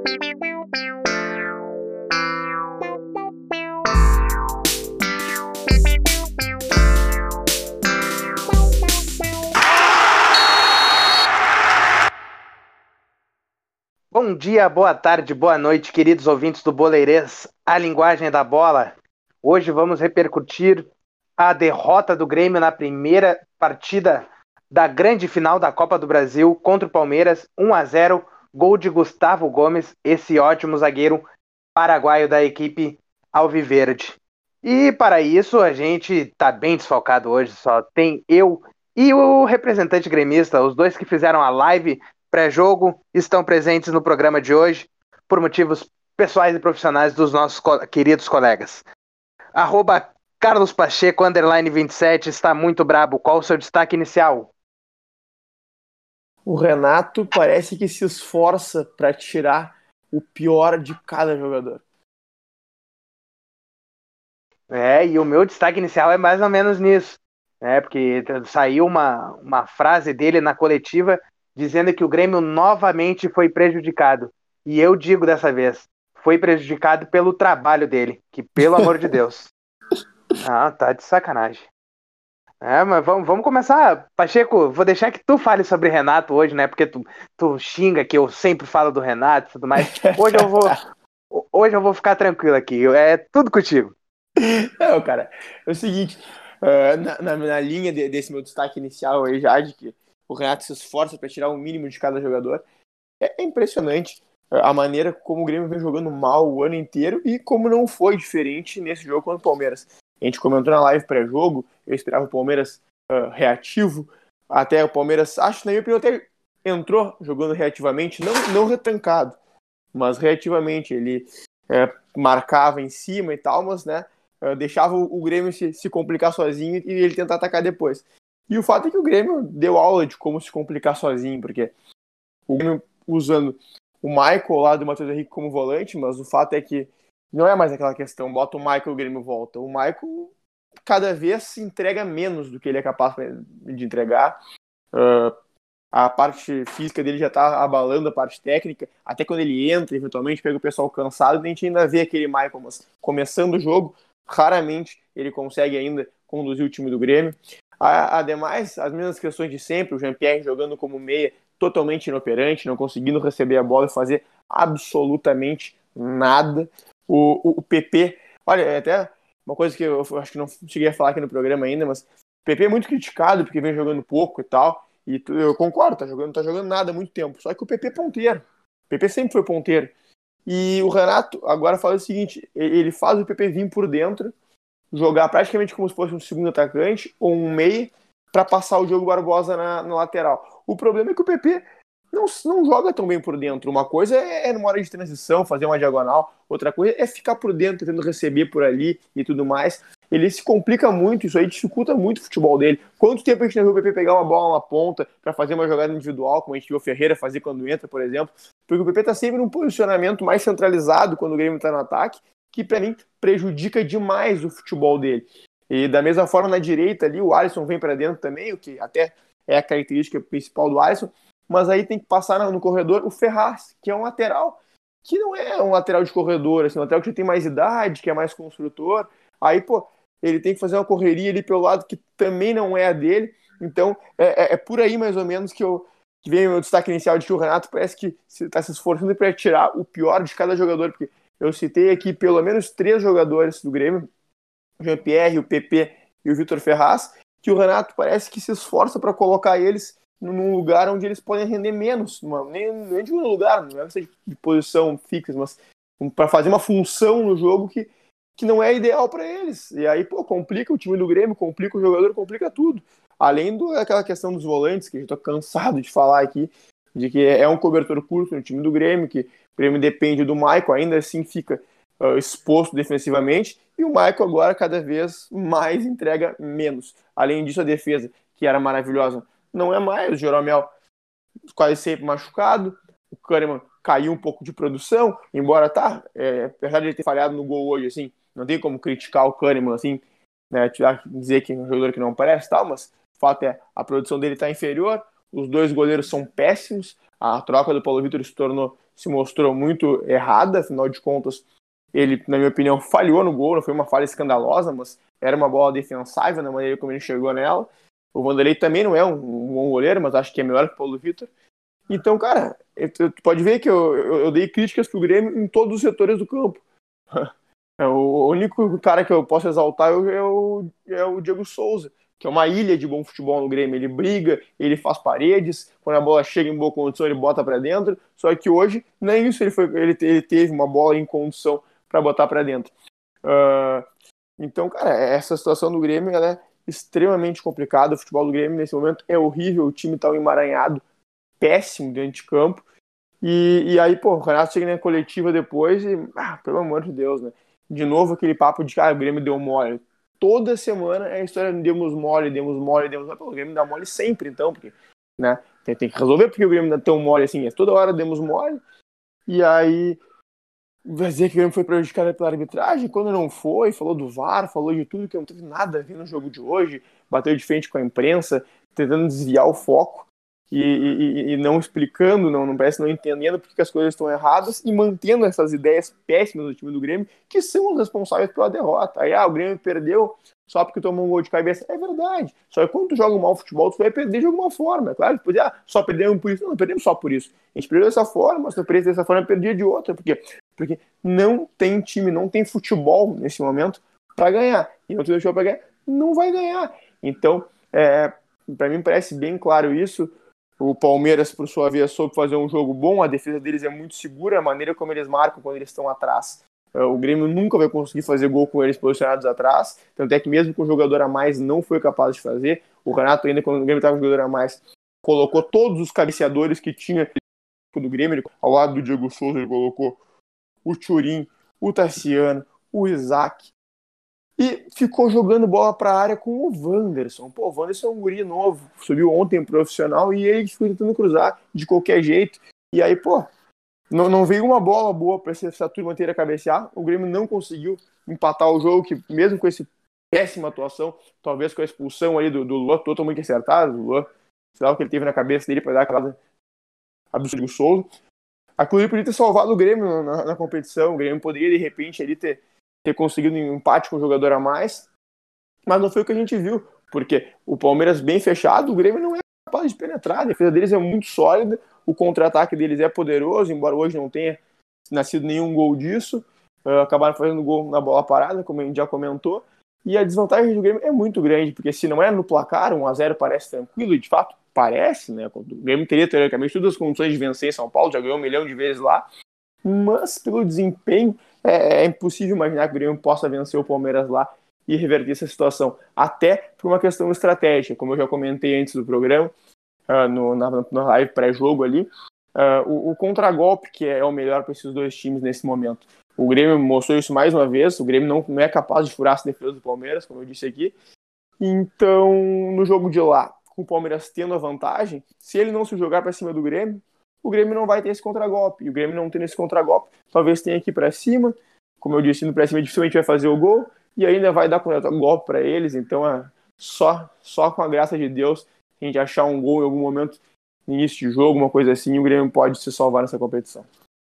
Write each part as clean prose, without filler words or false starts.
Bom dia, boa tarde, boa noite, queridos ouvintes do Boleirês, a linguagem da bola. Hoje vamos repercutir a derrota do Grêmio na primeira partida da grande final da Copa do Brasil contra o Palmeiras, 1-0, gol de Gustavo Gomes, esse ótimo zagueiro paraguaio da equipe alviverde. E para isso a gente está bem desfalcado hoje, só tem eu e o representante gremista, os dois que fizeram a live pré-jogo, estão presentes no programa de hoje por motivos pessoais e profissionais dos nossos queridos colegas. Arroba Carlos Pacheco, underline 27, está muito brabo. Qual o seu destaque inicial? O Renato parece que se esforça para tirar o pior de cada jogador. E o meu destaque inicial é mais ou menos nisso, porque saiu uma frase dele na coletiva dizendo que o Grêmio novamente foi prejudicado. E eu digo dessa vez, foi prejudicado pelo trabalho dele, que pelo amor de Deus. Tá de sacanagem. Mas vamos começar. Pacheco, vou deixar que tu fale sobre Renato hoje, né? Porque tu xinga que eu sempre falo do Renato e tudo mais. Hoje eu vou ficar tranquilo aqui. É tudo contigo. Não, cara, é o seguinte, na linha desse meu destaque inicial aí já, de que o Renato se esforça para tirar o mínimo de cada jogador, é impressionante a maneira como o Grêmio vem jogando mal o ano inteiro e como não foi diferente nesse jogo contra o Palmeiras. A gente comentou na live pré-jogo, eu esperava o Palmeiras reativo, até o Palmeiras, acho, na minha opinião, até entrou jogando reativamente, não retancado, mas reativamente, ele marcava em cima e tal, mas, né, deixava o Grêmio se complicar sozinho e ele tentar atacar depois. E o fato é que o Grêmio deu aula de como se complicar sozinho, porque o Grêmio usando o Michael lá do Matheus Henrique como volante, mas o fato é que não é mais aquela questão, bota o Michael e o Grêmio volta. O Michael cada vez entrega menos do que ele é capaz de entregar. A parte física dele já tá abalando a parte técnica, até quando ele entra, eventualmente pega o pessoal cansado, a gente ainda vê aquele Michael, mas começando o jogo, raramente ele consegue ainda conduzir o time do Grêmio. Ademais, as mesmas questões de sempre, o Jean-Pierre jogando como meia, totalmente inoperante, não conseguindo receber a bola e fazer absolutamente nada. O PP, olha, é até uma coisa que eu acho que não cheguei a falar aqui no programa ainda, mas o PP é muito criticado porque vem jogando pouco e tal, e eu concordo, não tá jogando nada há muito tempo, só que o PP é ponteiro, o PP sempre foi ponteiro. E o Renato agora faz o seguinte, ele faz o PP vir por dentro, jogar praticamente como se fosse um segundo atacante ou um meia para passar o Diogo Barbosa na lateral. O problema é que o PP não joga tão bem por dentro. Uma coisa é numa hora de transição, fazer uma diagonal, outra coisa é ficar por dentro, tentando receber por ali e tudo mais. Ele se complica muito, isso aí dificulta muito o futebol dele. Quanto tempo a gente não viu o PP pegar uma bola na ponta para fazer uma jogada individual, como a gente viu o Ferreira fazer quando entra, por exemplo? Porque o PP está sempre num posicionamento mais centralizado quando o Grêmio está no ataque, que para mim prejudica demais o futebol dele. E da mesma forma na direita ali, o Alisson vem para dentro também, o que até é a característica principal do Alisson, mas aí tem que passar no corredor o Ferraz, que é um lateral que não é um lateral de corredor, assim, um lateral que já tem mais idade, que é mais construtor. Aí, pô, ele tem que fazer uma correria ali pelo lado que também não é a dele. Então, é por aí mais ou menos que vem o meu destaque inicial de que o Renato parece que está se esforçando para tirar o pior de cada jogador, porque eu citei aqui pelo menos 3 jogadores do Grêmio, o Jean-Pierre, o PP e o Vitor Ferraz, que o Renato parece que se esforça para colocar eles num lugar onde eles podem render menos, nem de um lugar, não é de posição fixa, mas para fazer uma função no jogo que não é ideal para eles. E aí, pô, complica o time do Grêmio, complica o jogador, complica tudo. Além daquela questão dos volantes, que eu estou cansado de falar aqui, de que é um cobertor curto no time do Grêmio, que o Grêmio depende do Michael, ainda assim fica exposto defensivamente, e o Michael agora cada vez mais entrega menos. Além disso, a defesa, que era maravilhosa, não é mais. O Jeromel quase sempre machucado, o Kahneman caiu um pouco de produção, embora apesar de ele ter falhado no gol hoje, assim, não tem como criticar o Kahneman, assim, né, dizer que é um jogador que não parece, tal, mas o fato é, a produção dele está inferior, os 2 goleiros são péssimos, A troca do Paulo Vitor se mostrou muito errada, afinal de contas, ele, na minha opinião, falhou no gol, não foi uma falha escandalosa, mas era uma bola defensável na maneira como ele chegou nela. O Vanderlei também não é um bom goleiro, mas acho que é melhor que o Paulo Vitor. Então, cara, tu pode ver que eu dei críticas pro Grêmio em todos os setores do campo. O único cara que eu posso exaltar é o Diego Souza, que é uma ilha de bom futebol no Grêmio. Ele briga, ele faz paredes, quando a bola chega em boa condição, ele bota para dentro. Só que hoje, nem isso ele teve uma bola em condição para botar para dentro. Então, cara, essa situação do Grêmio ela é extremamente complicada. O futebol do Grêmio nesse momento é horrível, o time tá emaranhado, péssimo dentro de campo. E aí, pô, o Renato chega na coletiva depois e, pelo amor de Deus, né? De novo aquele papo de que o Grêmio deu mole. Toda semana é a história de demos mole. Pô, o Grêmio dá mole sempre, então, porque, né? Tem que resolver porque o Grêmio dá tão mole assim. É toda hora demos mole. E aí, vai dizer que o Grêmio foi prejudicado pela arbitragem, quando não foi, falou do VAR, falou de tudo que não teve nada a ver no jogo de hoje, bateu de frente com a imprensa, tentando desviar o foco. E não explicando, não parece não entendendo porque as coisas estão erradas e mantendo essas ideias péssimas do time do Grêmio, que são os responsáveis pela derrota. Aí, o Grêmio perdeu só porque tomou um gol de cabeça. É verdade. Só que quando tu joga mal futebol, tu vai perder de alguma forma. É claro, depois, só perdemos por isso. Não perdemos só por isso. A gente perdeu dessa forma, se eu perdesse dessa forma, eu perdia de outra. Porque não tem time, não tem futebol nesse momento para ganhar. E não tu deixou para ganhar, não vai ganhar. Então, para mim parece bem claro isso. O Palmeiras, por sua vez, soube fazer um jogo bom, a defesa deles é muito segura, a maneira como eles marcam quando eles estão atrás. O Grêmio nunca vai conseguir fazer gol com eles posicionados atrás, tanto é que mesmo com o jogador a mais não foi capaz de fazer. O Renato, ainda quando o Grêmio estava com o jogador a mais, colocou todos os cabeceadores que tinha do Grêmio, ao lado do Diego Souza ele colocou o Thuram, o Tassiano, o Isaac, e ficou jogando bola para a área com o Wanderson. Pô, o Wanderson é um guri novo, subiu ontem profissional e ele ficou tentando cruzar de qualquer jeito. E aí, pô, não veio uma bola boa para essa turma inteira cabecear. O Grêmio não conseguiu empatar o jogo, que mesmo com essa péssima atuação, talvez com a expulsão ali do Luan, totalmente acertado, do Luan, sei lá o que ele teve na cabeça dele para dar aquela absurda do Souza. Aquilo ali podia ter salvado o Grêmio na competição. O Grêmio poderia, de repente, ali ter conseguido um empate com o jogador a mais, mas não foi o que a gente viu, porque o Palmeiras bem fechado, o Grêmio não é capaz de penetrar, a defesa deles é muito sólida, o contra-ataque deles é poderoso, embora hoje não tenha nascido nenhum gol disso, acabaram fazendo gol na bola parada, como a gente já comentou, e a desvantagem do Grêmio é muito grande, porque se não é no placar, 1-0 parece tranquilo, e de fato parece, né? O Grêmio teria teoricamente todas as condições de vencer em São Paulo, já ganhou 1 milhão de vezes lá, mas pelo desempenho é impossível imaginar que o Grêmio possa vencer o Palmeiras lá e reverter essa situação, até por uma questão estratégica, como eu já comentei antes do programa, na live pré-jogo ali, o contragolpe que é o melhor para esses dois times nesse momento. O Grêmio mostrou isso mais uma vez, o Grêmio não é capaz de furar essa defesa do Palmeiras, como eu disse aqui, então no jogo de lá, com o Palmeiras tendo a vantagem, se ele não se jogar para cima do Grêmio, o Grêmio não vai ter esse contragolpe. E o Grêmio não tendo esse contragolpe, talvez tenha aqui para cima. Como eu disse, indo para cima dificilmente vai fazer o gol. E ainda vai dar contragolpe para eles. Então, só com a graça de Deus, a gente achar um gol em algum momento, no início de jogo, uma coisa assim, o Grêmio pode se salvar nessa competição.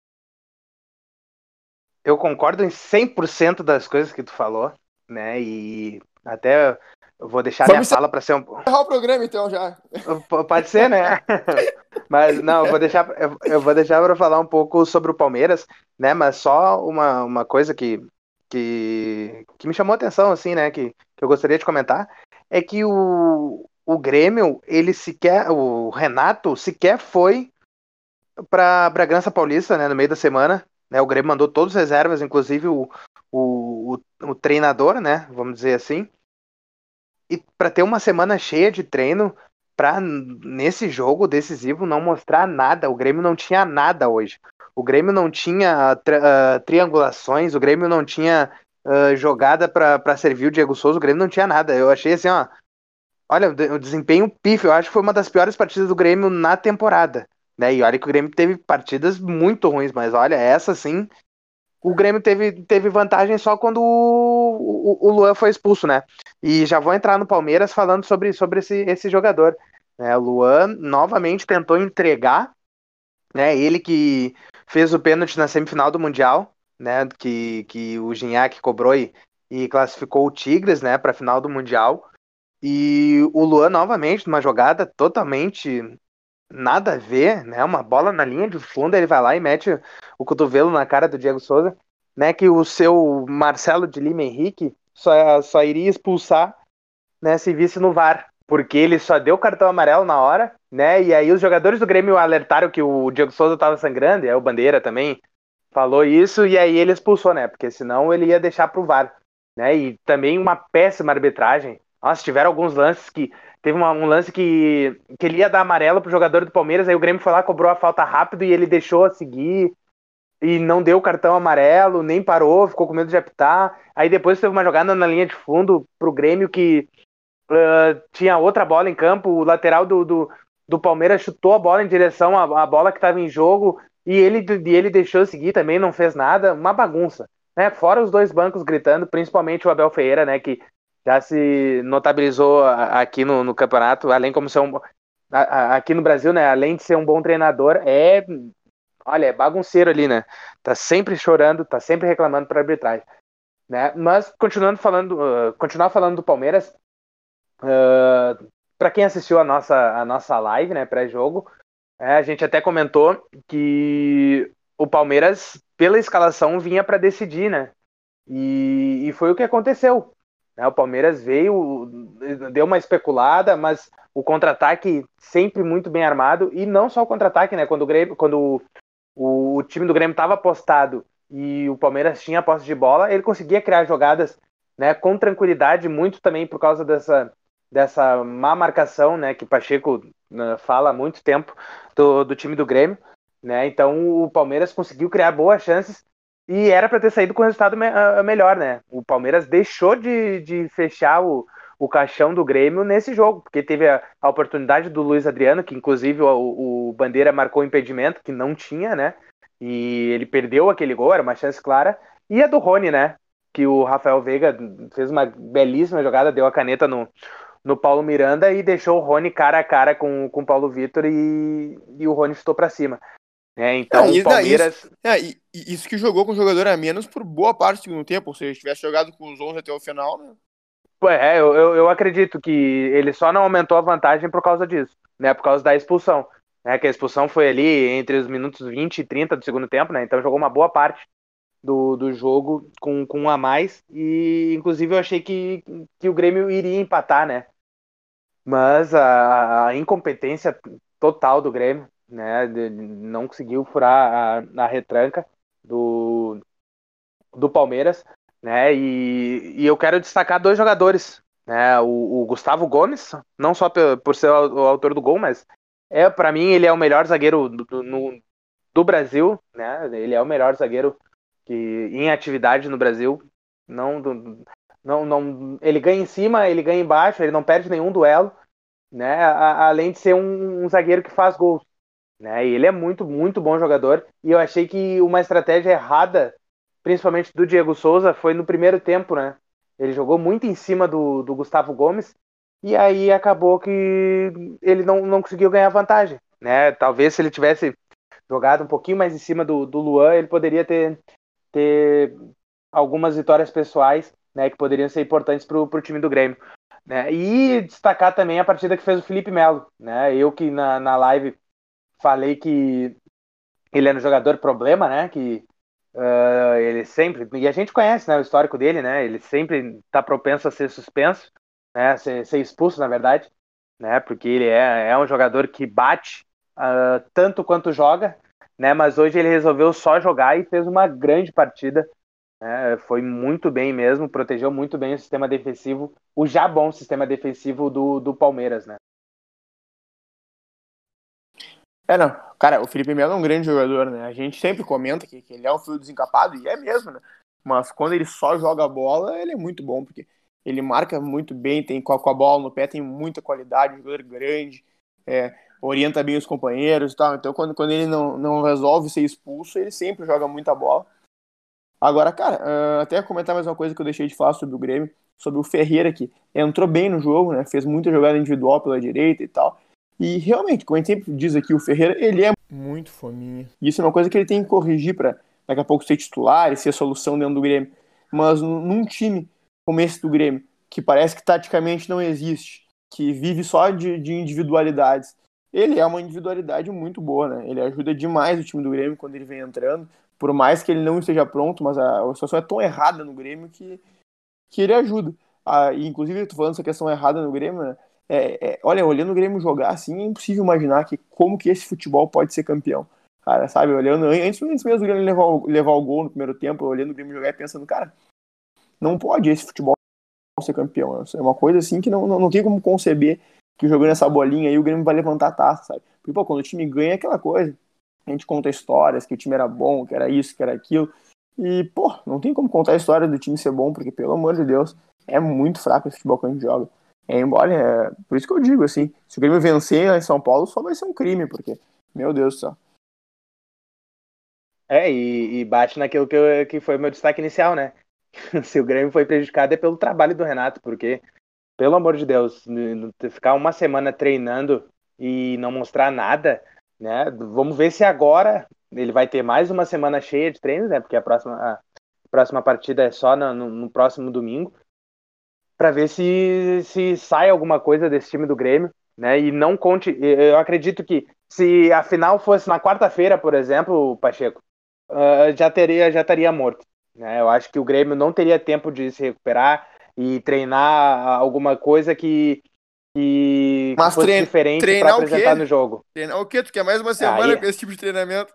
Eu concordo em 100% das coisas que tu falou, né? E até eu vou deixar minha fala para ser um... Encerrar o programa então já. Pode ser, né? Mas não, eu vou deixar para falar um pouco sobre o Palmeiras, né? Mas só uma coisa que me chamou a atenção, assim, né? Que eu gostaria de comentar é que o Grêmio, o Renato sequer foi para Bragança Paulista, né? No meio da semana, né? O Grêmio mandou todos os reservas, inclusive o treinador, né? Vamos dizer assim. E para ter uma semana cheia de treino, para nesse jogo decisivo não mostrar nada. O Grêmio não tinha nada hoje. O Grêmio não tinha triangulações, o Grêmio não tinha jogada para servir o Diego Souza, o Grêmio não tinha nada. Eu achei assim, olha, o desempenho pífio. Eu acho que foi uma das piores partidas do Grêmio na temporada. Né? E olha que o Grêmio teve partidas muito ruins, mas olha, essa sim. O Grêmio teve vantagem só quando o Luan foi expulso, né? E já vou entrar no Palmeiras falando sobre esse jogador. Né? O Luan novamente tentou entregar né? Ele que fez o pênalti na semifinal do Mundial, né? Que o Gignac cobrou e classificou o Tigres, né? Para a final do Mundial. E o Luan novamente numa jogada totalmente nada a ver, né? Uma bola na linha de fundo, ele vai lá e mete o cotovelo na cara do Diego Souza, né? Que o seu Marcelo de Lima Henrique só iria expulsar, né? Se visse no VAR, porque ele só deu cartão amarelo na hora, né? E aí os jogadores do Grêmio alertaram que o Diego Souza estava sangrando, e aí o Bandeira também falou isso, e aí ele expulsou, né? Porque senão ele ia deixar pro VAR, né? E também uma péssima arbitragem. Nossa, tiveram alguns lances que. Teve um lance que ele ia dar amarelo pro jogador do Palmeiras, aí o Grêmio foi lá, cobrou a falta rápido e ele deixou a seguir e não deu cartão amarelo, nem parou, ficou com medo de apitar. Aí depois teve uma jogada na linha de fundo pro Grêmio que tinha outra bola em campo, o lateral do Palmeiras chutou a bola em direção à bola que estava em jogo e ele deixou seguir também, não fez nada, uma bagunça. Né? Fora os dois bancos gritando, principalmente o Abel Ferreira, né, que já se notabilizou aqui no campeonato, além como ser aqui no Brasil, né, além de ser um bom treinador, olha, é bagunceiro ali, né? Tá sempre chorando, tá sempre reclamando para arbitragem, né? Mas continuar falando do Palmeiras, para quem assistiu a nossa live, né, pré-jogo, a gente até comentou que o Palmeiras, pela escalação, vinha para decidir, né? E foi o que aconteceu. Né? O Palmeiras veio, deu uma especulada, mas o contra-ataque sempre muito bem armado, e não só o contra-ataque, né? Quando o time do Grêmio estava apostado e o Palmeiras tinha a posse de bola, ele conseguia criar jogadas, né, com tranquilidade, muito também por causa dessa má marcação, né, que Pacheco, né, fala há muito tempo do time do Grêmio, né? Então o Palmeiras conseguiu criar boas chances e era para ter saído com resultado melhor, né? O Palmeiras deixou de fechar o caixão do Grêmio nesse jogo, porque teve a oportunidade do Luiz Adriano, que inclusive o Bandeira marcou impedimento, que não tinha, né? E ele perdeu aquele gol, era uma chance clara. E a do Rony, né? Que o Rafael Veiga fez uma belíssima jogada, deu a caneta no Paulo Miranda e deixou o Rony cara a cara com o Paulo Vitor e o Rony chutou para cima. Então o Palmeiras. Isso que jogou com o jogador a menos por boa parte do segundo tempo, ou seja, se tivesse jogado com os 11 até o final, né? Eu acredito que ele só não aumentou a vantagem por causa disso, né? Por causa da expulsão. Né, que a expulsão foi ali entre os minutos 20 e 30 do segundo tempo, né? Então jogou uma boa parte do jogo com um a mais. E inclusive eu achei que o Grêmio iria empatar, né? Mas a incompetência total do Grêmio, né? Não conseguiu furar a retranca do Palmeiras, né? E eu quero destacar dois jogadores, né? O Gustavo Gomes, não só por ser o autor do gol, mas para mim ele é o melhor zagueiro do Brasil, né? Ele é o melhor zagueiro que em atividade no Brasil. Não, não, ele ganha em cima, ele ganha embaixo, ele não perde nenhum duelo, né? Além de ser um zagueiro que faz gols, né? E ele é muito, muito bom jogador. E eu achei que uma estratégia errada, principalmente do Diego Souza, foi no primeiro tempo, né? Ele jogou muito em cima do Gustavo Gomes e aí acabou que ele não conseguiu ganhar vantagem, né? Talvez se ele tivesse jogado um pouquinho mais em cima do Luan, ele poderia ter algumas vitórias pessoais, né? Que poderiam ser importantes para o time do Grêmio. Né? E destacar também a partida que fez o Felipe Melo, né? Eu que na live falei que ele era um jogador problema, né? Que ele sempre, e a gente conhece, né, o histórico dele, né? Ele sempre está propenso a ser suspenso, né? Ser expulso, na verdade, né? Porque ele é um jogador que bate tanto quanto joga, né? Mas hoje ele resolveu só jogar e fez uma grande partida, né? Foi muito bem mesmo, protegeu muito bem o sistema defensivo, o já bom sistema defensivo do Palmeiras, né? Não. Cara, o Felipe Melo é um grande jogador, né? A gente sempre comenta que ele é um fio desencapado, e é mesmo, né? Mas quando ele só joga a bola, ele é muito bom, porque ele marca muito bem, tem com a bola no pé, tem muita qualidade, um jogador grande, orienta bem os companheiros e tal. Então, quando ele não resolve ser expulso, ele sempre joga muita bola. Agora, cara, até comentar mais uma coisa que eu deixei de falar sobre o Grêmio, sobre o Ferreira, que entrou bem no jogo, né? Fez muita jogada individual pela direita e tal. E realmente, como a gente sempre diz aqui, o Ferreira, ele é Muito fominha. Isso é uma coisa que ele tem que corrigir para daqui a pouco ser titular e ser a solução dentro do Grêmio. Mas num time como esse do Grêmio, que parece que taticamente não existe, que vive só de individualidades, ele é uma individualidade muito boa, né? Ele ajuda demais o time do Grêmio quando ele vem entrando, por mais que ele não esteja pronto, mas a situação é tão errada no Grêmio que ele ajuda. E inclusive, tu falando essa questão errada no Grêmio, né? Olha, olhando o Grêmio jogar assim, é impossível imaginar como que esse futebol pode ser campeão. Cara, sabe, olhando, antes mesmo do Grêmio levar o gol no primeiro tempo, olhando o Grêmio jogar e pensando, cara, não pode esse futebol ser campeão. É uma coisa assim que não tem como conceber que jogando essa bolinha aí o Grêmio vai levantar a taça, sabe? Porque, pô, quando o time ganha é aquela coisa. A gente conta histórias, que o time era bom, que era isso, que era aquilo. E, pô, não tem como contar a história do time ser bom, porque, pelo amor de Deus, é muito fraco esse futebol que a gente joga. Por isso que eu digo, assim, se o Grêmio vencer em São Paulo, só vai ser um crime, porque, meu Deus do céu. E bate naquilo que foi meu destaque inicial, né? Se o Grêmio foi prejudicado é pelo trabalho do Renato, porque, pelo amor de Deus, ficar uma semana treinando e não mostrar nada, né? Vamos ver se agora ele vai ter mais uma semana cheia de treinos, né? Porque a próxima partida é só no próximo domingo, para ver se sai alguma coisa desse time do Grêmio, né? E não conte. Eu acredito que se a final fosse na quarta-feira, por exemplo, Pacheco, já estaria morto, né? Eu acho que o Grêmio não teria tempo de se recuperar e treinar alguma coisa que Mas fosse diferente para treinar o apresentar quê? no jogo. Treinar o quê? Tu quer mais uma semana Aí, com esse tipo de treinamento?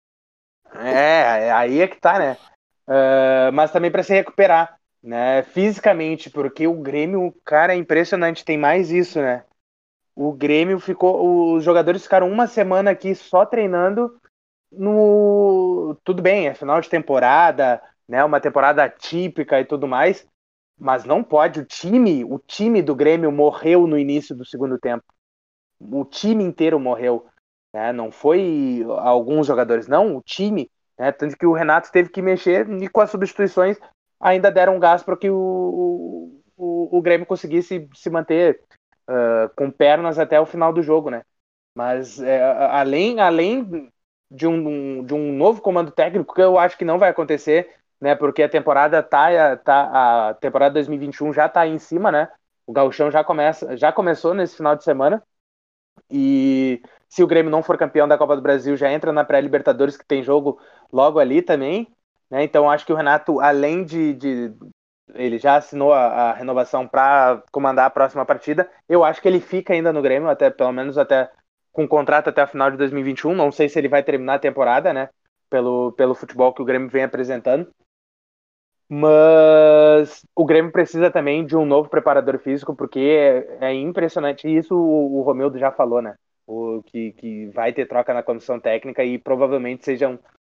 aí é que tá, né? Mas também para se recuperar, né? Fisicamente, porque o Grêmio, cara, é impressionante, tem mais isso, né? O Grêmio ficou, os jogadores ficaram uma semana aqui só treinando no, tudo bem, é final de temporada, né? Uma temporada atípica e tudo mais, mas não pode. O time do Grêmio morreu no início do segundo tempo. O time inteiro morreu, né? Não foi alguns jogadores, não. O time, né? Tanto que o Renato teve que mexer e com as substituições ainda deram um gás para que o Grêmio conseguisse se manter com pernas até o final do jogo, né? Mas além de um novo comando técnico, que eu acho que não vai acontecer, né? Porque a temporada a temporada 2021 já está aí em cima, né? O Gauchão já começou nesse final de semana. E se o Grêmio não for campeão da Copa do Brasil, já entra na pré-Libertadores, que tem jogo logo ali também, né? Então acho que o Renato, além de ele já assinou a renovação para comandar a próxima partida. Eu acho que ele fica ainda no Grêmio, até pelo menos até com contrato até a final de 2021. Não sei se ele vai terminar a temporada, né? Pelo futebol que o Grêmio vem apresentando. Mas o Grêmio precisa também de um novo preparador físico, porque é impressionante. E isso o Romildo já falou, né? Que vai ter troca na comissão técnica e provavelmente seja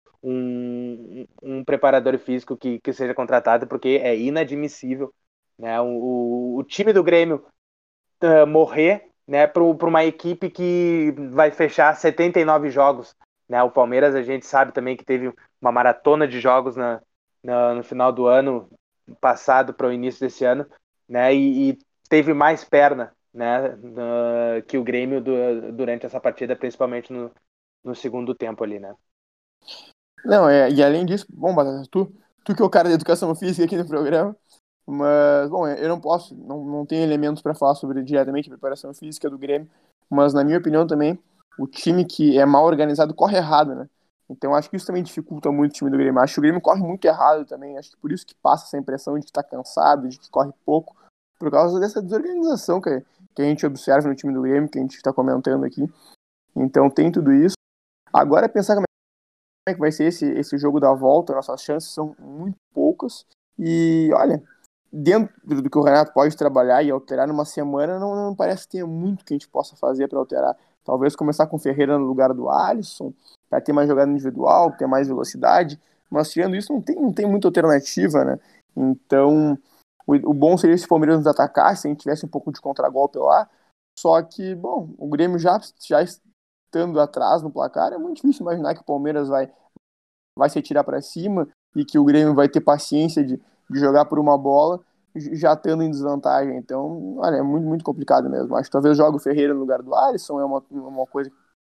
um preparador físico que seja contratado, porque é inadmissível, né? O time do Grêmio morrer, né, para uma equipe que vai fechar 79 jogos, né? O Palmeiras a gente sabe também que teve uma maratona de jogos no final do ano passado para o início desse ano, né? E teve mais perna, né, que o Grêmio durante essa partida, principalmente no segundo tempo ali, né? Não, e além disso, bom, Batata, tu que é o cara da educação física aqui no programa, mas, bom, eu não posso, não tenho elementos para falar sobre diretamente a preparação física do Grêmio, mas na minha opinião também, o time que é mal organizado corre errado, né? Então acho que isso também dificulta muito o time do Grêmio. Acho que o Grêmio corre muito errado também, acho que por isso que passa essa impressão de que tá cansado, de que corre pouco, por causa dessa desorganização que a gente observa no time do Grêmio, que a gente está comentando aqui. Então tem tudo isso. Agora pensar como é que vai ser esse jogo da volta, nossas chances são muito poucas. E olha, dentro do que o Renato pode trabalhar e alterar numa semana, não parece ter muito que a gente possa fazer para alterar. Talvez começar com o Ferreira no lugar do Alisson, para ter mais jogada individual, ter mais velocidade. Mas tirando isso, não tem muita alternativa, né? Então, o bom seria se o Palmeiras nos atacasse, se a gente tivesse um pouco de contragolpe lá. Só que, bom, o Grêmio já estando atrás no placar, é muito difícil imaginar que o Palmeiras vai se atirar para cima e que o Grêmio vai ter paciência de jogar por uma bola já estando em desvantagem. Então, olha, é muito, muito complicado mesmo. Acho que talvez jogue o Ferreira no lugar do Alisson, é uma coisa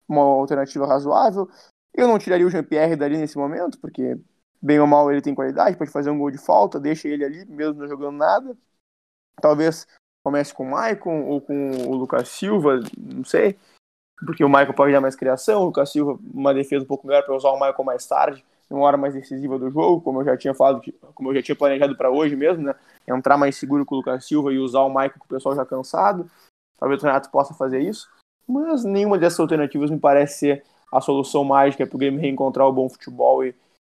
uma alternativa razoável. Eu não tiraria o Jean-Pierre dali nesse momento, porque bem ou mal ele tem qualidade, pode fazer um gol de falta, deixa ele ali, mesmo não jogando nada. Talvez comece com o Maicon ou com o Lucas Silva, não sei, porque o Maicon pode dar mais criação, o Lucas Silva uma defesa um pouco melhor para usar o Maicon mais tarde, numa hora mais decisiva do jogo, como eu já tinha falado, como eu já tinha planejado para hoje mesmo, né? Entrar mais seguro com o Lucas Silva e usar o Maicon com o pessoal já cansado. Talvez o Renato possa fazer isso, mas nenhuma dessas alternativas me parece ser a solução mágica para o Grêmio reencontrar o bom futebol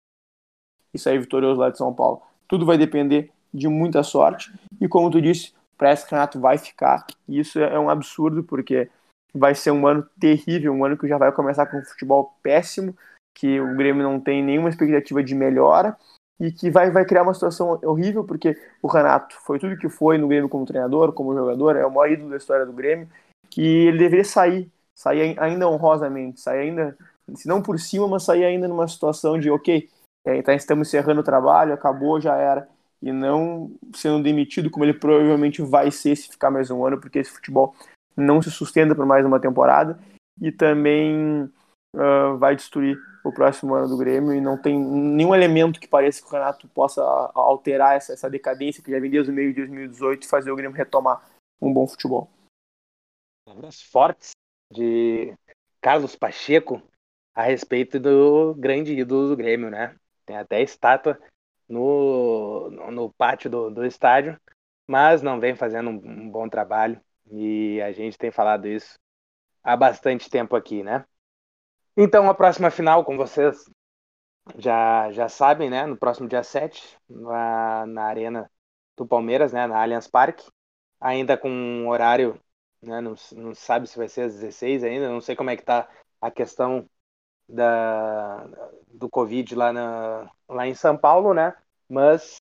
e sair vitorioso lá de São Paulo. Tudo vai depender de muita sorte, e como tu disse, parece que o Renato vai ficar, e isso é um absurdo, porque vai ser um ano terrível, um ano que já vai começar com um futebol péssimo, que o Grêmio não tem nenhuma expectativa de melhora, e que vai criar uma situação horrível, porque o Renato foi tudo que foi no Grêmio como treinador, como jogador, é o maior ídolo da história do Grêmio, que ele deveria sair ainda honrosamente, sair ainda, se não por cima, mas sair ainda numa situação de, ok, então estamos encerrando o trabalho, acabou, já era, e não sendo demitido como ele provavelmente vai ser se ficar mais um ano, porque esse futebol não se sustenta por mais uma temporada, e também vai destruir o próximo ano do Grêmio, e não tem nenhum elemento que pareça que o Renato possa alterar essa decadência que já vem desde o meio de 2018 e fazer o Grêmio retomar um bom futebol. Palavras fortes de Carlos Pacheco a respeito do grande ídolo do Grêmio, né? Tem até estátua no pátio do estádio, mas não vem fazendo um bom trabalho, e a gente tem falado isso há bastante tempo aqui, né? Então, a próxima final, como vocês já sabem, né? No próximo dia 7, na Arena do Palmeiras, né? Na Allianz Parque, ainda com um horário, né? Não sabe se vai ser às 16 ainda, não sei como é que tá a questão do Covid lá em São Paulo, né? Mas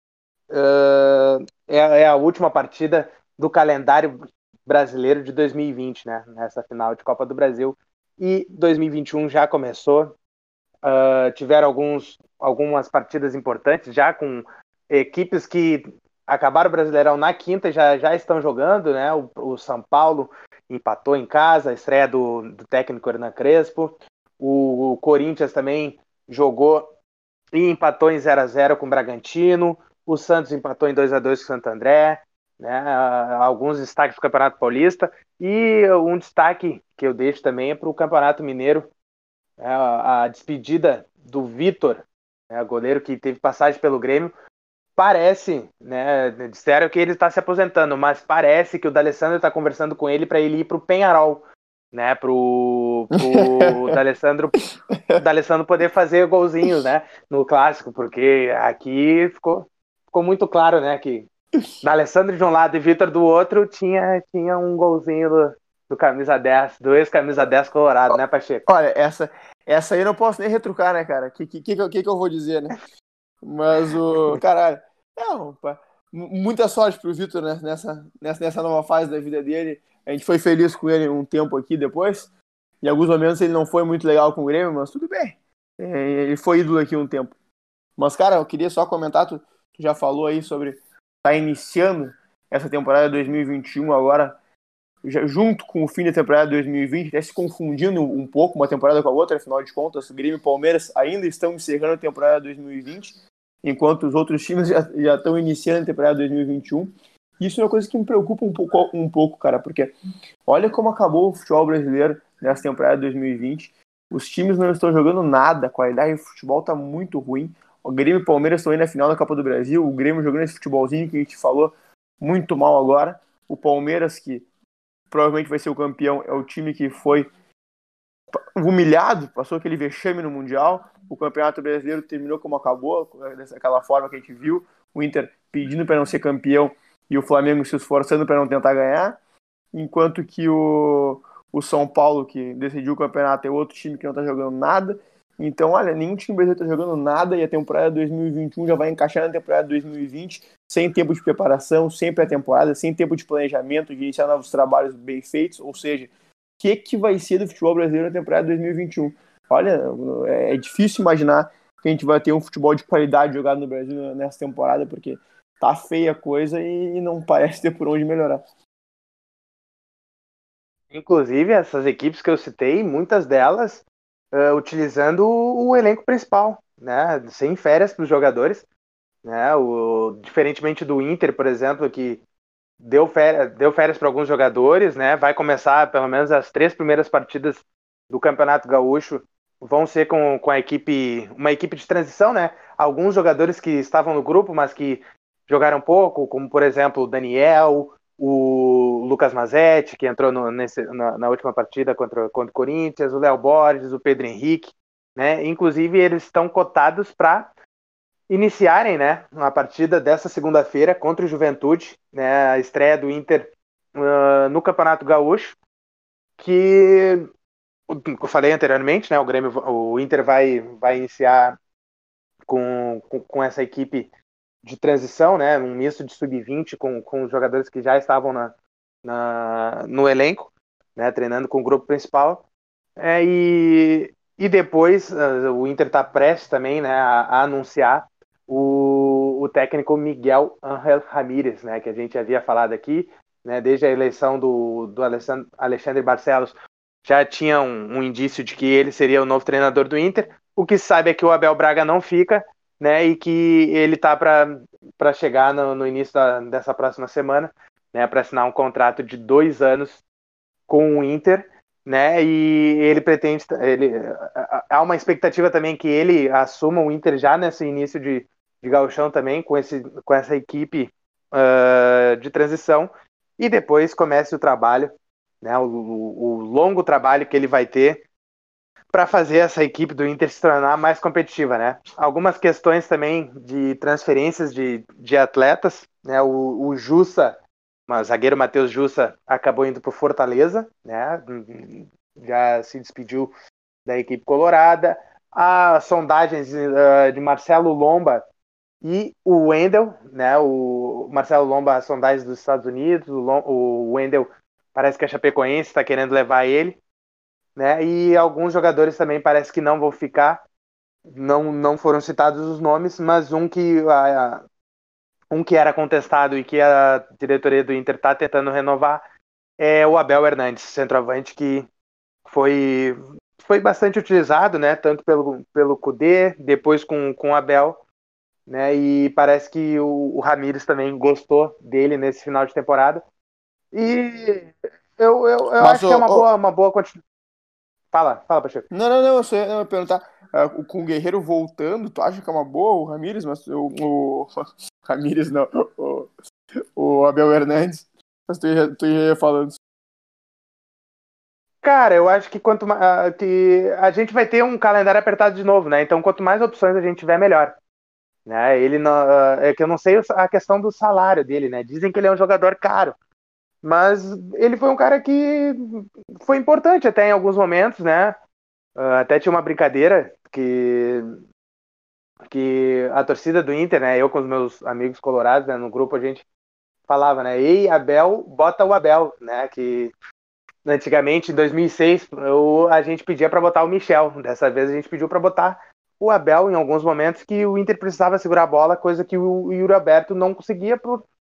é a última partida do calendário brasileiro de 2020, né? Nessa final de Copa do Brasil. E 2021 já começou. Tiveram algumas partidas importantes já com equipes que acabaram o Brasileirão na quinta e já estão jogando, né? O São Paulo empatou em casa, a estreia do técnico Hernan Crespo. O Corinthians também jogou e empatou em 0-0 com o Bragantino. O Santos empatou em 2-2 com o Santo André. Né? Alguns destaques do Campeonato Paulista. E um destaque que eu deixo também é para o Campeonato Mineiro. A despedida do Vitor, goleiro que teve passagem pelo Grêmio. Parece, né? Disseram que ele está se aposentando, mas parece que o D'Alessandro está conversando com ele para ele ir para o Penharol, né? Pro D'Alessandro poder fazer golzinhos, né? No clássico, porque aqui ficou muito claro, né? Que D'Alessandro de um lado e Vitor do outro tinha um golzinho do camisa 10, do ex-camisa 10 colorado, né, Pacheco? Olha, essa aí eu não posso nem retrucar, né, cara? Que eu vou dizer, né? Mas o. Caralho. Não, pá, muita sorte pro Vitor, né, nessa nova fase da vida dele. A gente foi feliz com ele um tempo aqui depois. Em alguns momentos ele não foi muito legal com o Grêmio, mas tudo bem. Ele foi ídolo aqui um tempo. Mas, cara, eu queria só comentar, tu já falou aí sobre tá iniciando essa temporada 2021 agora, junto com o fim da temporada 2020, até se confundindo um pouco uma temporada com a outra, afinal de contas, o Grêmio e o Palmeiras ainda estão encerrando a temporada 2020, enquanto os outros times já estão iniciando a temporada 2021. Isso é uma coisa que me preocupa um pouco, cara, porque olha como acabou o futebol brasileiro nessa temporada 2020. Os times não estão jogando nada, a qualidade do futebol está muito ruim. O Grêmio e o Palmeiras estão aí na final da Copa do Brasil, o Grêmio jogando esse futebolzinho que a gente falou muito mal agora. O Palmeiras, que provavelmente vai ser o campeão, é o time que foi humilhado, passou aquele vexame no Mundial. O Campeonato Brasileiro terminou como acabou, daquela forma que a gente viu. O Inter pedindo para não ser campeão e o Flamengo se esforçando para não tentar ganhar. Enquanto que o São Paulo, que decidiu o campeonato, é outro time que não está jogando nada. Então, olha, nenhum time brasileiro está jogando nada e a temporada 2021 já vai encaixar na temporada 2020 sem tempo de preparação, sem pré-temporada, sem tempo de planejamento, de iniciar novos trabalhos bem feitos. Ou seja, o que vai ser do futebol brasileiro na temporada 2021? Olha, é difícil imaginar que a gente vai ter um futebol de qualidade jogado no Brasil nessa temporada, porque tá feia a coisa e não parece ter por onde melhorar. Inclusive, essas equipes que eu citei, muitas delas utilizando o elenco principal, né? Sem férias para os jogadores, né? Diferentemente do Inter, por exemplo, que deu férias para alguns jogadores, né? Vai começar pelo menos as 3 primeiras partidas do Campeonato Gaúcho vão ser com a equipe, uma equipe de transição, né? Alguns jogadores que estavam no grupo, mas que jogaram pouco, como por exemplo o Daniel, o Lucas Mazetti, que entrou na última partida contra o Corinthians, o Léo Borges, o Pedro Henrique, né? Inclusive eles estão cotados para iniciarem, né, uma partida dessa segunda-feira contra o Juventude, né, a estreia do Inter no Campeonato Gaúcho, que eu falei anteriormente, né, o Inter vai iniciar com essa equipe de transição, né, um misto de sub-20 com os jogadores que já estavam no elenco, né, treinando com o grupo principal, e depois o Inter está prestes também, né, a anunciar o técnico Miguel Ángel Ramírez, né, que a gente havia falado aqui, né, desde a eleição do Alexandre Barcelos, já tinha um indício de que ele seria o novo treinador do Inter. O que se sabe é que o Abel Braga não fica, né, e que ele está para chegar no início dessa próxima semana, né, para assinar um contrato de 2 anos com o Inter, né? E ele pretende, há uma expectativa também que ele assuma o Inter já nesse início de gauchão também com essa equipe de transição e depois comece o trabalho, né? O longo trabalho que ele vai ter para fazer essa equipe do Inter se tornar mais competitiva, né? Algumas questões também de transferências de atletas, né? O Jussa, o zagueiro Matheus Jussa, acabou indo para o Fortaleza, né? Já se despediu da equipe colorada. As sondagens de Marcelo Lomba e o Wendel, né? O Marcelo Lomba, as sondagens dos Estados Unidos, o Wendel parece que a Chapecoense está querendo levar ele, né? E alguns jogadores também parece que não vão ficar, não foram citados os nomes, mas um que era contestado e que a diretoria do Inter está tentando renovar é o Abel Hernandes, centroavante que foi, foi bastante utilizado, né? Tanto pelo Kudê, depois com o Abel, né? E parece que o Ramires também gostou dele nesse final de temporada. E eu Mas acho que é uma boa continuidade. Fala, Pacheco. não, eu ia perguntar, com o Guerreiro voltando, tu acha que é uma boa o Ramires, mas o Ramires não, o, o Abel Hernandes, mas tu ia falando. Cara, eu acho que que a gente vai ter um calendário apertado de novo, né? Então, quanto mais opções a gente tiver, melhor. Né? Ele não, é que eu não sei a questão do salário dele, né? Dizem que ele é um jogador caro, mas ele foi um cara que foi importante até em alguns momentos, né? Até tinha uma brincadeira que a torcida do Inter, né? Eu com os meus amigos colorados, né, no grupo a gente falava, né? Ei, Abel, bota o Abel, né? Que antigamente, em 2006, a gente pedia para botar o Michel. Dessa vez a gente pediu para botar o Abel em alguns momentos que o Inter precisava segurar a bola, coisa que o Yuri Alberto não conseguia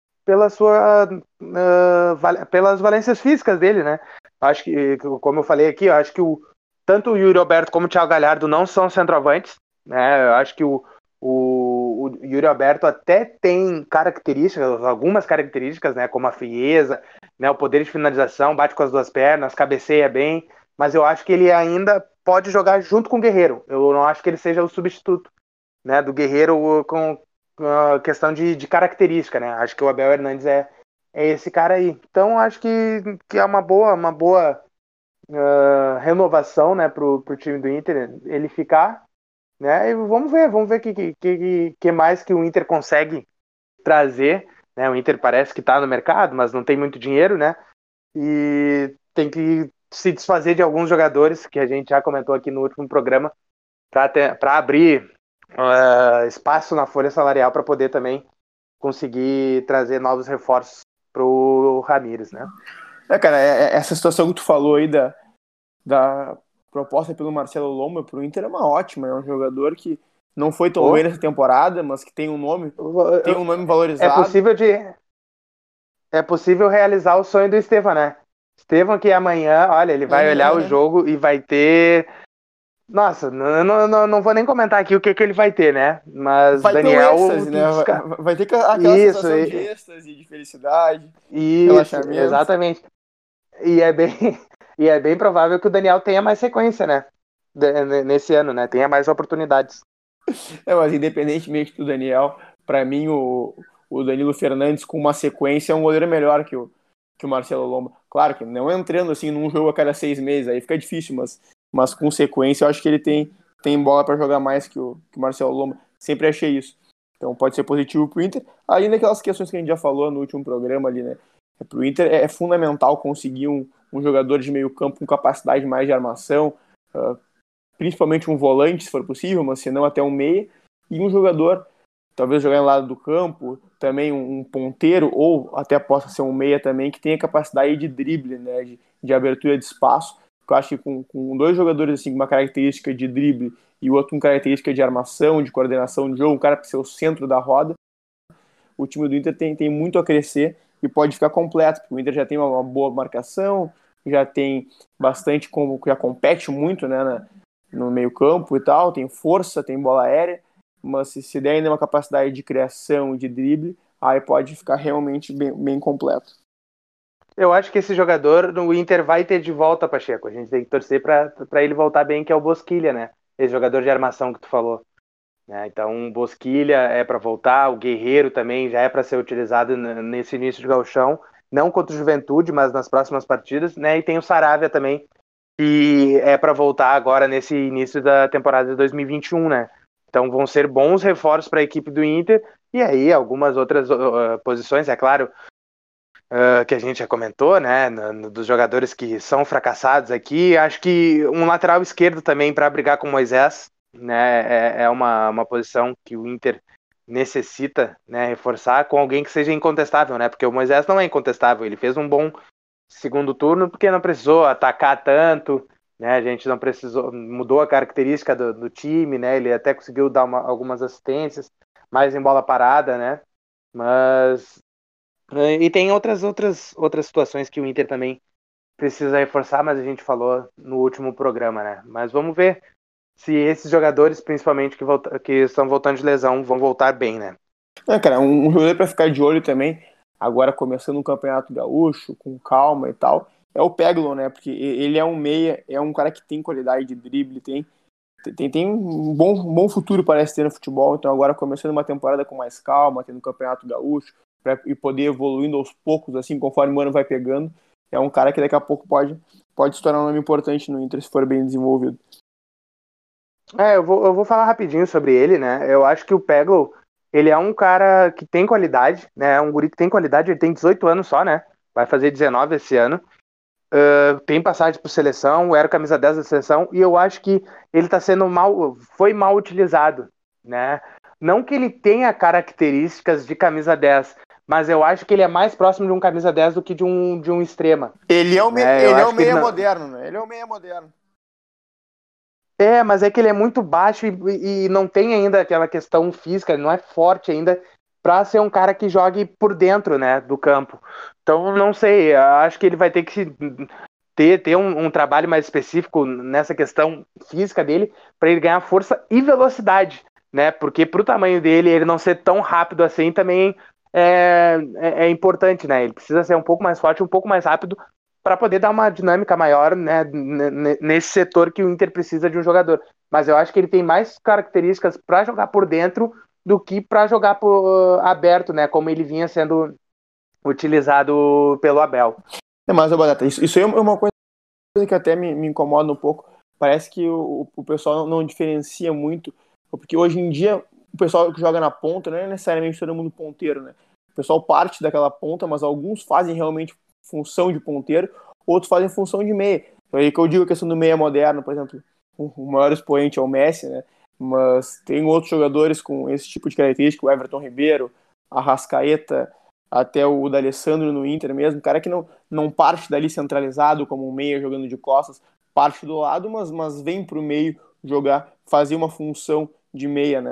pelas valências físicas dele, né? Acho que, como eu falei aqui, eu acho que tanto o Yuri Alberto como o Thiago Galhardo não são centroavantes, né? Eu acho que o Yuri Alberto até tem características, algumas características, né? Como a frieza, né? O poder de finalização, bate com as duas pernas, cabeceia bem, mas eu acho que ele ainda pode jogar junto com o Guerreiro. Eu não acho que ele seja o substituto, né, do Guerreiro com a questão de característica, né? Acho que o Abel Hernandes é esse cara aí. Então acho que é uma boa renovação, né, pro time do Inter ele ficar, né? E vamos ver o que mais que o Inter consegue trazer, né? O Inter parece que está no mercado, mas não tem muito dinheiro, né? E tem que se desfazer de alguns jogadores que a gente já comentou aqui no último programa para abrir espaço na folha salarial para poder também conseguir trazer novos reforços para o Ramires, né? Cara, essa situação que tu falou aí da proposta pelo Marcelo Lomba pro Inter é uma ótima, é um jogador que não foi tão bem Ou nessa temporada, mas que tem um nome é valorizado. possível realizar o sonho do Estevão, né? Estevão que amanhã, olha, ele vai olhar o jogo e vai ter... Nossa, não vou nem comentar aqui o que ele vai ter, né? Mas Vai ter um Daniel... êxtase, né? Vai ter aquela Isso, sensação de êxtase, de felicidade, isso, relaxamento. exatamente. E é bem, e é bem provável que o Daniel tenha mais sequência, né? Nesse ano, né? Tenha mais oportunidades. Mas independentemente do Daniel, para mim o Danilo Fernandes com uma sequência é um goleiro melhor que o Marcelo Lomba. Claro que não entrando assim num jogo a cada 6 meses, aí fica difícil, mas com sequência eu acho que ele tem bola para jogar mais que o Marcelo Lomba. Sempre achei isso. Então pode ser positivo pro Inter. Além daquelas questões que a gente já falou no último programa ali, né? Pro Inter é fundamental conseguir um jogador de meio campo com capacidade mais de armação, principalmente um volante, se for possível, mas se não até um meia, e um jogador, talvez jogar em lado do campo, também um ponteiro, ou até possa ser um meia também, que tenha capacidade de drible, né, de abertura de espaço. Eu acho que com dois jogadores assim, com uma característica de drible e o outro com característica de armação, de coordenação de jogo, um cara para ser o centro da roda, o time do Inter tem muito a crescer e pode ficar completo, porque o Inter já tem uma boa marcação, já tem bastante, como já compete muito, né, no meio campo e tal, tem força, tem bola aérea, mas se der ainda uma capacidade de criação e de drible, aí pode ficar realmente bem completo. Eu acho que esse jogador no Inter vai ter de volta, Pacheco. A gente tem que torcer para ele voltar bem, que é o Bosquilha, né? Esse jogador de armação que tu falou. Né? Então, o Bosquilha é para voltar, o Guerreiro também já é para ser utilizado nesse início de gauchão, não contra o Juventude, mas nas próximas partidas, né? E tem o Saravia também, que é para voltar agora nesse início da temporada de 2021, né? Então vão ser bons reforços para a equipe do Inter, e aí algumas outras posições, é claro, que a gente já comentou, né, dos jogadores que são fracassados aqui. Acho que um lateral esquerdo também para brigar com o Moisés, né, é uma posição que o Inter necessita, né, reforçar com alguém que seja incontestável, né, porque o Moisés não é incontestável, ele fez um bom segundo turno porque não precisou atacar tanto, né, a gente não precisou, mudou a característica do time, né, ele até conseguiu dar algumas assistências, mais em bola parada, né, mas e tem outras situações que o Inter também precisa reforçar, mas a gente falou no último programa, né? Mas vamos ver se esses jogadores, principalmente que estão voltando de lesão, vão voltar bem, né? Cara, um jogador para ficar de olho também, agora começando um campeonato gaúcho, com calma e tal, é o Peglo, né? Porque ele é um meia, é um cara que tem qualidade de drible, tem um bom futuro, parece ter no futebol. Então, agora começando uma temporada com mais calma, tendo um campeonato gaúcho, e poder evoluindo aos poucos, assim, conforme o ano vai pegando, é um cara que daqui a pouco pode se tornar um nome importante no Inter se for bem desenvolvido. Eu vou falar rapidinho sobre ele, né? Eu acho que o Peglo, ele é um cara que tem qualidade, né? É um guri que tem qualidade, ele tem 18 anos só, né? Vai fazer 19 esse ano. Tem passagem por seleção, era camisa 10 da seleção, e eu acho que ele tá sendo foi mal utilizado, né? Não que ele tenha características de camisa 10, mas eu acho que ele é mais próximo de um camisa 10 do que de um extrema. Né? Eu Ele é o acho que ele meia não. moderno, né? Ele é o meia moderno. Mas é que ele é muito baixo e não tem ainda aquela questão física, ele não é forte ainda para ser um cara que jogue por dentro, né, do campo. Então, não sei, acho que ele vai ter que ter um trabalho mais específico nessa questão física dele para ele ganhar força e velocidade, né? Porque pro tamanho dele, ele não ser tão rápido assim também é importante, né? Ele precisa ser um pouco mais forte, um pouco mais rápido para poder dar uma dinâmica maior, né, nesse setor que o Inter precisa de um jogador. Mas eu acho que ele tem mais características para jogar por dentro do que para jogar aberto, né? Como ele vinha sendo utilizado pelo Abel. Mas, Batata, isso aí é uma coisa que até me incomoda um pouco. Parece que o pessoal não diferencia muito, porque hoje em dia o pessoal que joga na ponta não é necessariamente todo mundo ponteiro, né? O pessoal parte daquela ponta, mas alguns fazem realmente função de ponteiro, outros fazem função de meia. Então, aí que eu digo a questão do meia moderno, por exemplo, o maior expoente é o Messi, né? Mas tem outros jogadores com esse tipo de característica, o Everton Ribeiro, a Arrascaeta, até o D'Alessandro no Inter mesmo, cara que não parte dali centralizado como um meia jogando de costas, parte do lado, mas vem pro meio jogar, fazer uma função de meia, né?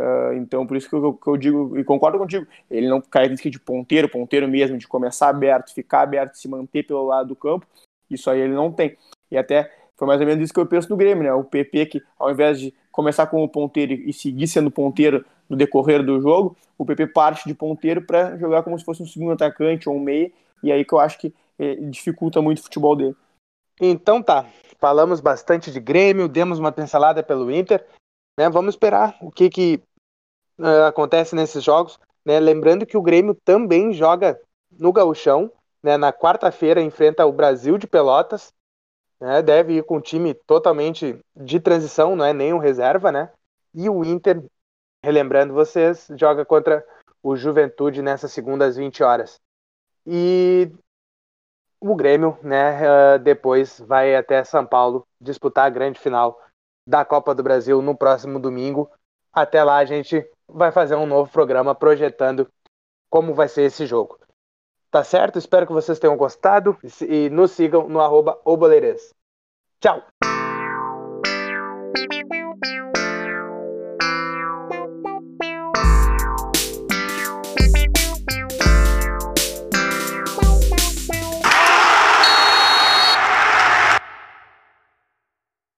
Então, por isso que eu digo, e concordo contigo, ele não característica de ponteiro mesmo, de começar aberto, ficar aberto, se manter pelo lado do campo, isso aí ele não tem. E até foi mais ou menos isso que eu penso no Grêmio, né? O PP que, ao invés de começar como ponteiro e seguir sendo ponteiro no decorrer do jogo, o PP parte de ponteiro para jogar como se fosse um segundo atacante ou um meia, e aí que eu acho que dificulta muito o futebol dele. Então tá, falamos bastante de Grêmio, demos uma pincelada pelo Inter, né? Vamos esperar o que acontece nesses jogos, né? Lembrando que o Grêmio também joga no Gauchão, né? Na quarta-feira enfrenta o Brasil de Pelotas, né? Deve ir com um time totalmente de transição, não é nem um reserva, né? E o Inter, relembrando vocês, joga contra o Juventude nessa segunda às 20 horas. E o Grêmio, né, depois vai até São Paulo disputar a grande final da Copa do Brasil no próximo domingo. Até lá a gente vai fazer um novo programa projetando como vai ser esse jogo. Tá certo? Espero que vocês tenham gostado e nos sigam no @oboleirês. Tchau!